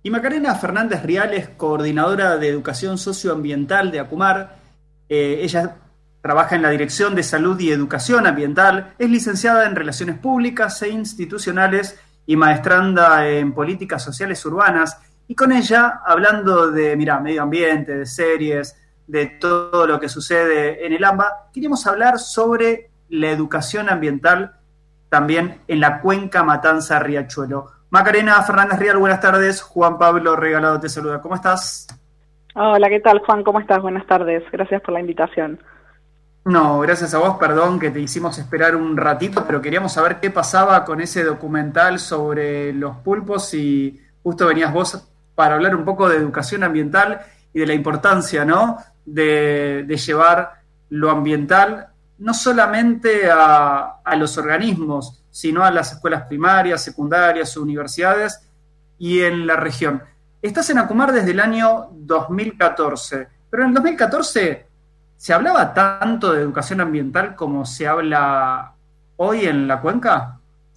Y Macarena Fernández Rial es coordinadora de educación socioambiental de ACUMAR. Ella trabaja en la Dirección de Salud y Educación Ambiental, es licenciada en Relaciones Públicas e Institucionales y maestranda en Políticas Sociales Urbanas. Y con ella, hablando de, medio ambiente, de series, de todo lo que sucede en el AMBA, queríamos hablar sobre la educación ambiental también en la cuenca Matanza-Riachuelo. Macarena Fernández Rial, buenas tardes. Juan Pablo Regalado te saluda. ¿Cómo estás? Hola, ¿qué tal, Juan? ¿Cómo estás? Buenas tardes. Gracias por la invitación. No, gracias a vos, perdón que te hicimos esperar un ratito, pero queríamos saber qué pasaba con ese documental sobre los pulpos y justo venías vos para hablar un poco de educación ambiental y de la importancia, ¿no?, de llevar lo ambiental no solamente a los organismos, sino a las escuelas primarias, secundarias, universidades y en la región. Estás en ACUMAR desde el año 2014, pero en el 2014 ¿se hablaba tanto de educación ambiental como se habla hoy en la cuenca?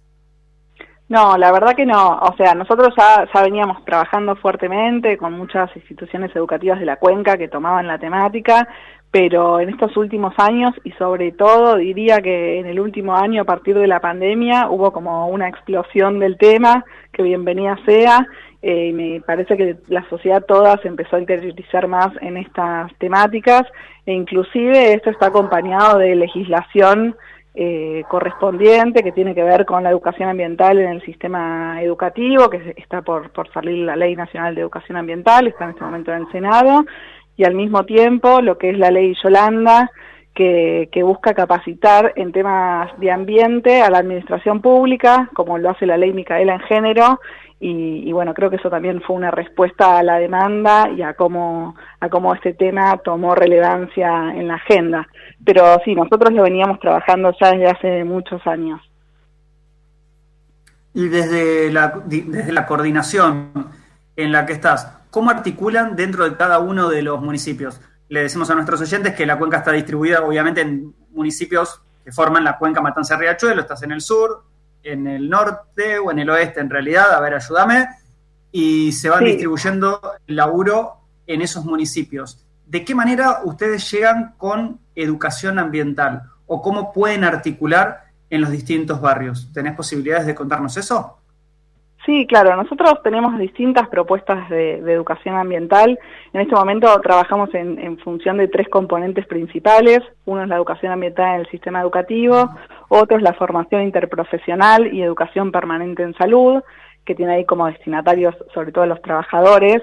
No, la verdad que no. O sea, nosotros ya veníamos trabajando fuertemente con muchas instituciones educativas de la cuenca que tomaban la temática, pero en estos últimos años y sobre todo diría que en el último año a partir de la pandemia hubo como una explosión del tema, que bienvenida sea. Me parece que la sociedad toda se empezó a interiorizar más en estas temáticas e inclusive esto está acompañado de legislación correspondiente que tiene que ver con la educación ambiental en el sistema educativo, que está por salir la Ley Nacional de Educación Ambiental, está en este momento en el Senado, y al mismo tiempo lo que es la Ley Yolanda, que busca capacitar en temas de ambiente a la administración pública, como lo hace la Ley Micaela en género, y bueno, creo que eso también fue una respuesta a la demanda y a cómo este tema tomó relevancia en la agenda. Pero sí, nosotros lo veníamos trabajando ya desde hace muchos años. Y desde la coordinación en la que estás, ¿cómo articulan dentro de cada uno de los municipios? Le decimos a nuestros oyentes que la cuenca está distribuida obviamente en municipios que forman la cuenca Matanza-Riachuelo. Estás en el sur, en el norte o en el oeste en realidad, a ver, ayúdame, y se van Sí. distribuyendo el laburo en esos municipios. ¿De qué manera ustedes llegan con educación ambiental o cómo pueden articular en los distintos barrios? ¿Tenés posibilidades de contarnos eso? Sí, claro, nosotros tenemos distintas propuestas de educación ambiental. En este momento trabajamos en función de tres componentes principales. Uno es la educación ambiental en el sistema educativo, otro es la formación interprofesional y educación permanente en salud, que tiene ahí como destinatarios sobre todo los trabajadores,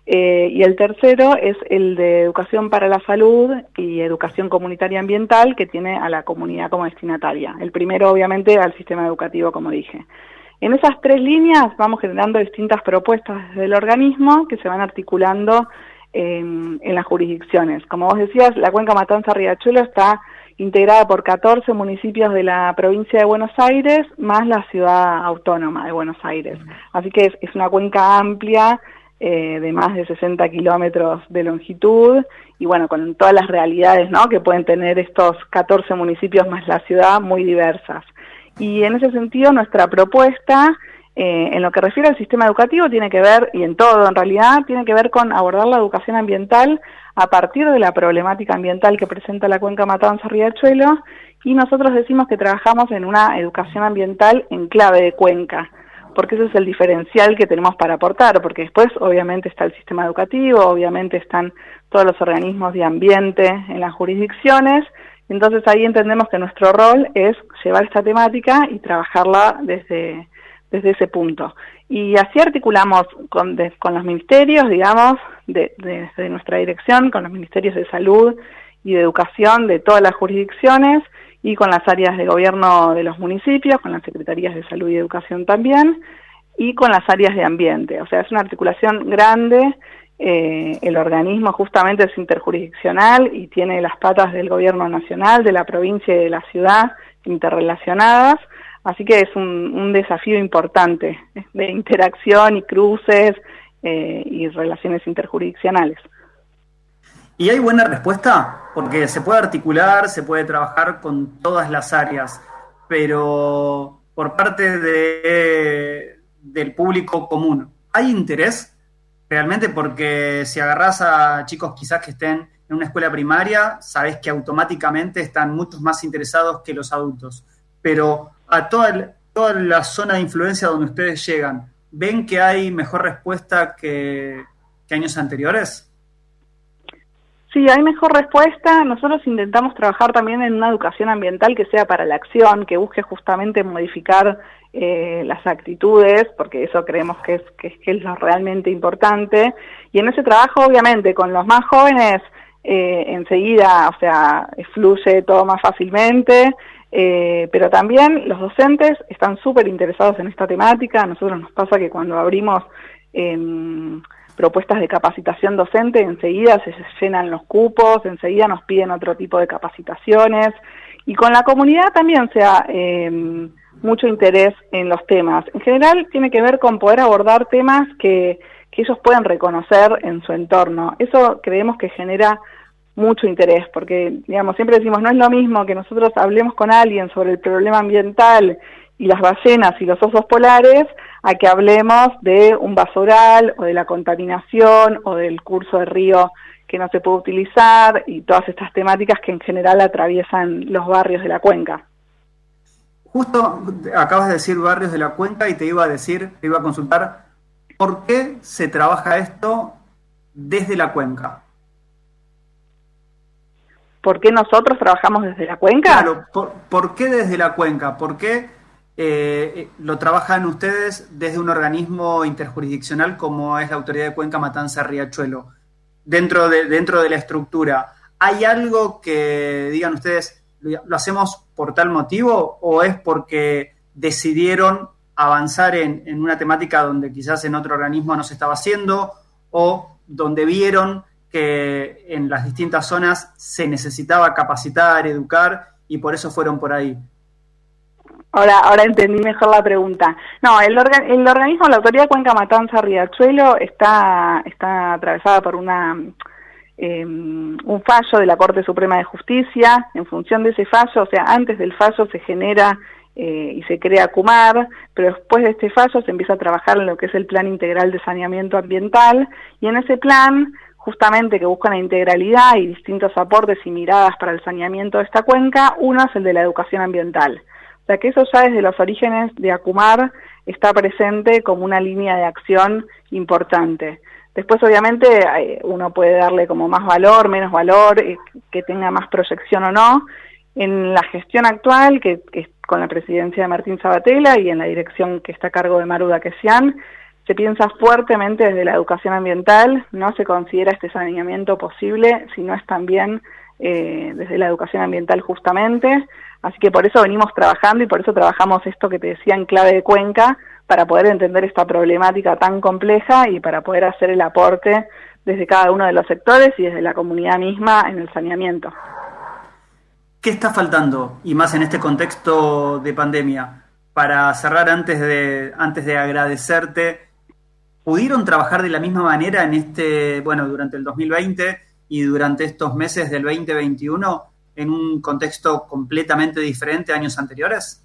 y el tercero es el de educación para la salud y educación comunitaria ambiental, que tiene a la comunidad como destinataria. El primero obviamente al sistema educativo, como dije. En esas tres líneas vamos generando distintas propuestas desde el organismo que se van articulando en las jurisdicciones. Como vos decías, la cuenca Matanza-Riachuelo está integrada por 14 municipios de la provincia de Buenos Aires, más la ciudad autónoma de Buenos Aires. Así que es una cuenca amplia, de más de 60 kilómetros de longitud, y bueno, con todas las realidades, ¿no?, que pueden tener estos 14 municipios más la ciudad, muy diversas. Y en ese sentido nuestra propuesta, en lo que refiere al sistema educativo, tiene que ver, y en todo en realidad, tiene que ver con abordar la educación ambiental a partir de la problemática ambiental que presenta la cuenca Matanza-Riachuelo, y nosotros decimos que trabajamos en una educación ambiental en clave de cuenca, porque ese es el diferencial que tenemos para aportar, porque después obviamente está el sistema educativo, obviamente están todos los organismos de ambiente en las jurisdicciones. Entonces ahí entendemos que nuestro rol es llevar esta temática y trabajarla desde ese punto. Y así articulamos con los ministerios, digamos, desde nuestra dirección, con los ministerios de salud y de educación de todas las jurisdicciones y con las áreas de gobierno de los municipios, con las secretarías de salud y educación también, y con las áreas de ambiente. O sea, es una articulación grande. El organismo justamente es interjurisdiccional y tiene las patas del gobierno nacional, de la provincia y de la ciudad interrelacionadas, así que es un desafío importante de interacción y cruces y relaciones interjurisdiccionales. ¿Y hay buena respuesta? Porque se puede articular, se puede trabajar con todas las áreas, pero por parte del público común, ¿hay interés realmente, porque si agarrás a chicos quizás que estén en una escuela primaria, sabés que automáticamente están muchos más interesados que los adultos. Pero a toda la zona de influencia donde ustedes llegan, ¿ven que hay mejor respuesta que años anteriores? Sí, hay mejor respuesta. Nosotros intentamos trabajar también en una educación ambiental que sea para la acción, que busque justamente modificar las actitudes, porque eso creemos que es lo realmente importante. Y en ese trabajo, obviamente, con los más jóvenes, enseguida, o sea, fluye todo más fácilmente, pero también los docentes están súper interesados en esta temática. A nosotros nos pasa que cuando abrimos propuestas de capacitación docente, enseguida se llenan los cupos, enseguida nos piden otro tipo de capacitaciones, y con la comunidad también se da mucho interés en los temas. En general tiene que ver con poder abordar temas que ellos pueden reconocer en su entorno. Eso creemos que genera mucho interés, porque, digamos, siempre decimos, no es lo mismo que nosotros hablemos con alguien sobre el problema ambiental y las ballenas y los osos polares, a que hablemos de un basural o de la contaminación o del curso de río que no se puede utilizar y todas estas temáticas que en general atraviesan los barrios de la cuenca. Justo acabas de decir barrios de la cuenca y te iba a consultar, ¿por qué se trabaja esto desde la cuenca? ¿Por qué nosotros trabajamos desde la cuenca? Claro, ¿por qué desde la cuenca? ¿Por qué lo trabajan ustedes desde un organismo interjurisdiccional como es la Autoridad de Cuenca Matanza Riachuelo? Dentro de la estructura, ¿hay algo que digan ustedes, lo hacemos por tal motivo o es porque decidieron avanzar en una temática donde quizás en otro organismo no se estaba haciendo o donde vieron que en las distintas zonas se necesitaba capacitar, educar y por eso fueron por ahí? Ahora entendí mejor la pregunta. No, el organismo, la Autoridad de Cuenca Matanza Riachuelo, está atravesada por un fallo de la Corte Suprema de Justicia. En función de ese fallo, o sea, antes del fallo se genera y se crea CUMAR, pero después de este fallo se empieza a trabajar en lo que es el Plan Integral de Saneamiento Ambiental, y en ese plan, justamente que busca la integralidad y distintos aportes y miradas para el saneamiento de esta cuenca, uno es el de la educación ambiental. O sea que eso ya desde los orígenes de ACUMAR está presente como una línea de acción importante. Después obviamente uno puede darle como más valor, menos valor, que tenga más proyección o no. En la gestión actual, que es con la presidencia de Martín Sabatella y en la dirección que está a cargo de Maru Dakesian, se piensa fuertemente desde la educación ambiental. No se considera este saneamiento posible si no es también desde la educación ambiental justamente. Así que por eso venimos trabajando y por eso trabajamos esto que te decía en clave de cuenca, para poder entender esta problemática tan compleja y para poder hacer el aporte desde cada uno de los sectores y desde la comunidad misma en el saneamiento. ¿Qué está faltando, y más en este contexto de pandemia? Para cerrar, antes de agradecerte, ¿pudieron trabajar de la misma manera durante el 2020 y durante estos meses del 2021 en un contexto completamente diferente a años anteriores?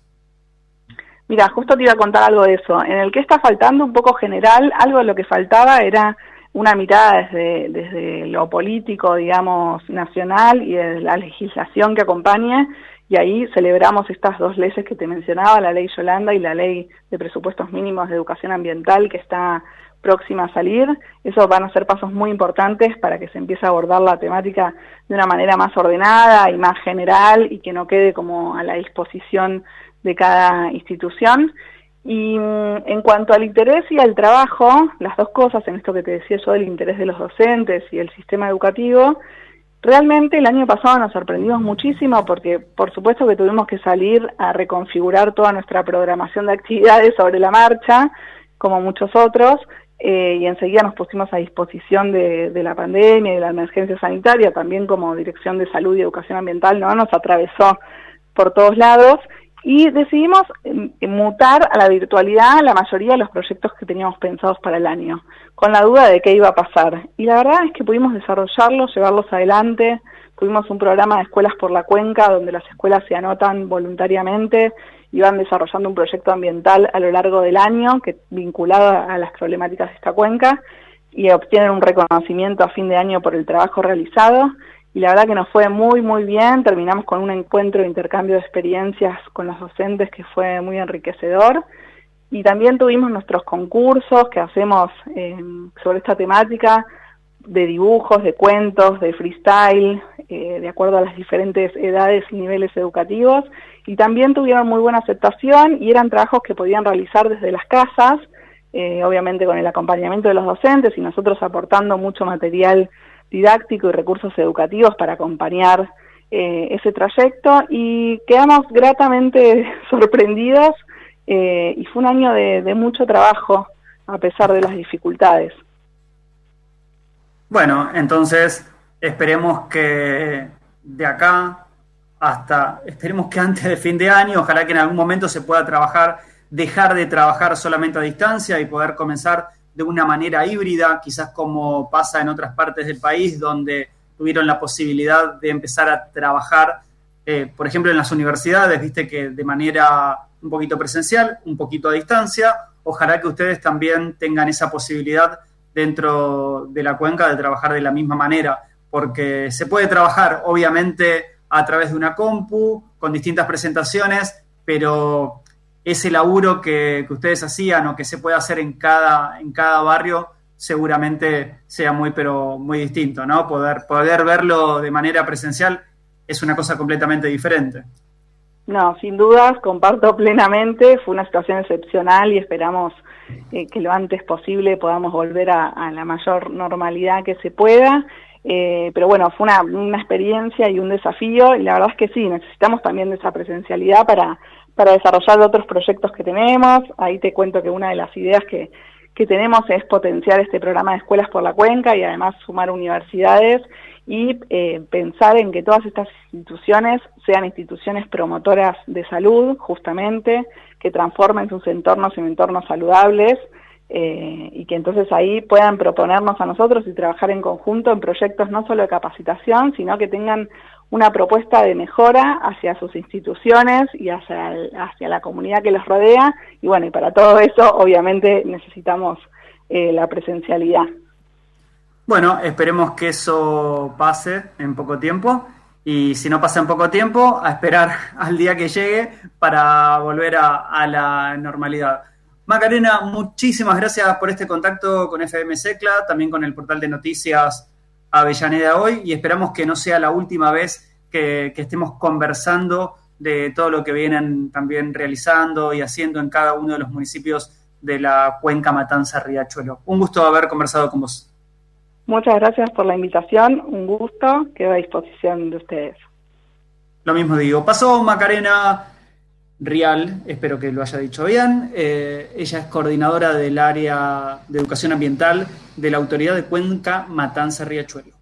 Mira, justo te iba a contar algo de eso. En el que está faltando un poco general, algo de lo que faltaba era una mirada desde lo político, digamos, nacional y desde la legislación que acompañe, y ahí celebramos estas dos leyes que te mencionaba, la ley Yolanda y la ley de presupuestos mínimos de educación ambiental, que está próxima a salir. Esos van a ser pasos muy importantes para que se empiece a abordar la temática de una manera más ordenada y más general y que no quede como a la disposición de cada institución. Y en cuanto al interés y al trabajo, las dos cosas, en esto que te decía yo del interés de los docentes y el sistema educativo, realmente el año pasado nos sorprendimos muchísimo porque por supuesto que tuvimos que salir a reconfigurar toda nuestra programación de actividades sobre la marcha, como muchos otros, y enseguida nos pusimos a disposición de la pandemia y de la emergencia sanitaria, también como Dirección de Salud y Educación Ambiental, ¿no? Nos atravesó por todos lados, y decidimos mutar a la virtualidad la mayoría de los proyectos que teníamos pensados para el año, con la duda de qué iba a pasar. Y la verdad es que pudimos desarrollarlos, llevarlos adelante. Tuvimos un programa de escuelas por la cuenca, donde las escuelas se anotan voluntariamente y van desarrollando un proyecto ambiental a lo largo del año, vinculado a las problemáticas de esta cuenca. y obtienen un reconocimiento a fin de año por el trabajo realizado. Y la verdad que nos fue muy, muy bien. Terminamos con un encuentro de intercambio de experiencias con los docentes que fue muy enriquecedor. Y también tuvimos nuestros concursos que hacemos sobre esta temática, de dibujos, de cuentos, de freestyle, de acuerdo a las diferentes edades y niveles educativos. Y también tuvieron muy buena aceptación y eran trabajos que podían realizar desde las casas, obviamente con el acompañamiento de los docentes y nosotros aportando mucho material didáctico y recursos educativos para acompañar ese trayecto, y quedamos gratamente sorprendidos y fue un año de mucho trabajo a pesar de las dificultades. Bueno, entonces esperemos que de acá esperemos que antes de fin de año, ojalá que en algún momento se pueda dejar de trabajar solamente a distancia y poder comenzar de una manera híbrida, quizás como pasa en otras partes del país donde tuvieron la posibilidad de empezar a trabajar, por ejemplo en las universidades, viste que de manera un poquito presencial, un poquito a distancia. Ojalá que ustedes también tengan esa posibilidad dentro de la cuenca de trabajar de la misma manera, porque se puede trabajar obviamente a través de una compu, con distintas presentaciones, pero ese laburo que ustedes hacían o que se puede hacer en cada barrio seguramente sea pero muy distinto, ¿no? Poder verlo de manera presencial es una cosa completamente diferente. No, sin dudas, comparto plenamente, fue una situación excepcional y esperamos que lo antes posible podamos volver a la mayor normalidad que se pueda, pero bueno, fue una experiencia y un desafío, y la verdad es que sí, necesitamos también de esa presencialidad para desarrollar otros proyectos que tenemos. Ahí te cuento que una de las ideas que tenemos es potenciar este programa de escuelas por la cuenca y además sumar universidades y pensar en que todas estas instituciones sean instituciones promotoras de salud, justamente, que transformen sus entornos en entornos saludables, y que entonces ahí puedan proponernos a nosotros y trabajar en conjunto en proyectos no solo de capacitación, sino que tengan una propuesta de mejora hacia sus instituciones y hacia la comunidad que los rodea. Y bueno, y para todo eso obviamente necesitamos la presencialidad. Bueno, esperemos que eso pase en poco tiempo, y si no pasa en poco tiempo, a esperar al día que llegue para volver a la normalidad. Macarena, muchísimas gracias por este contacto con FM Secla, también con el portal de noticias Avellaneda Hoy, y esperamos que no sea la última vez que estemos conversando de todo lo que vienen también realizando y haciendo en cada uno de los municipios de la cuenca Matanza-Riachuelo. Un gusto haber conversado con vos. Muchas gracias por la invitación, un gusto, quedo a disposición de ustedes. Lo mismo digo. Pasó Macarena Rial, espero que lo haya dicho bien. Ella es coordinadora del área de educación ambiental de la Autoridad de Cuenca Matanza-Riachuelo.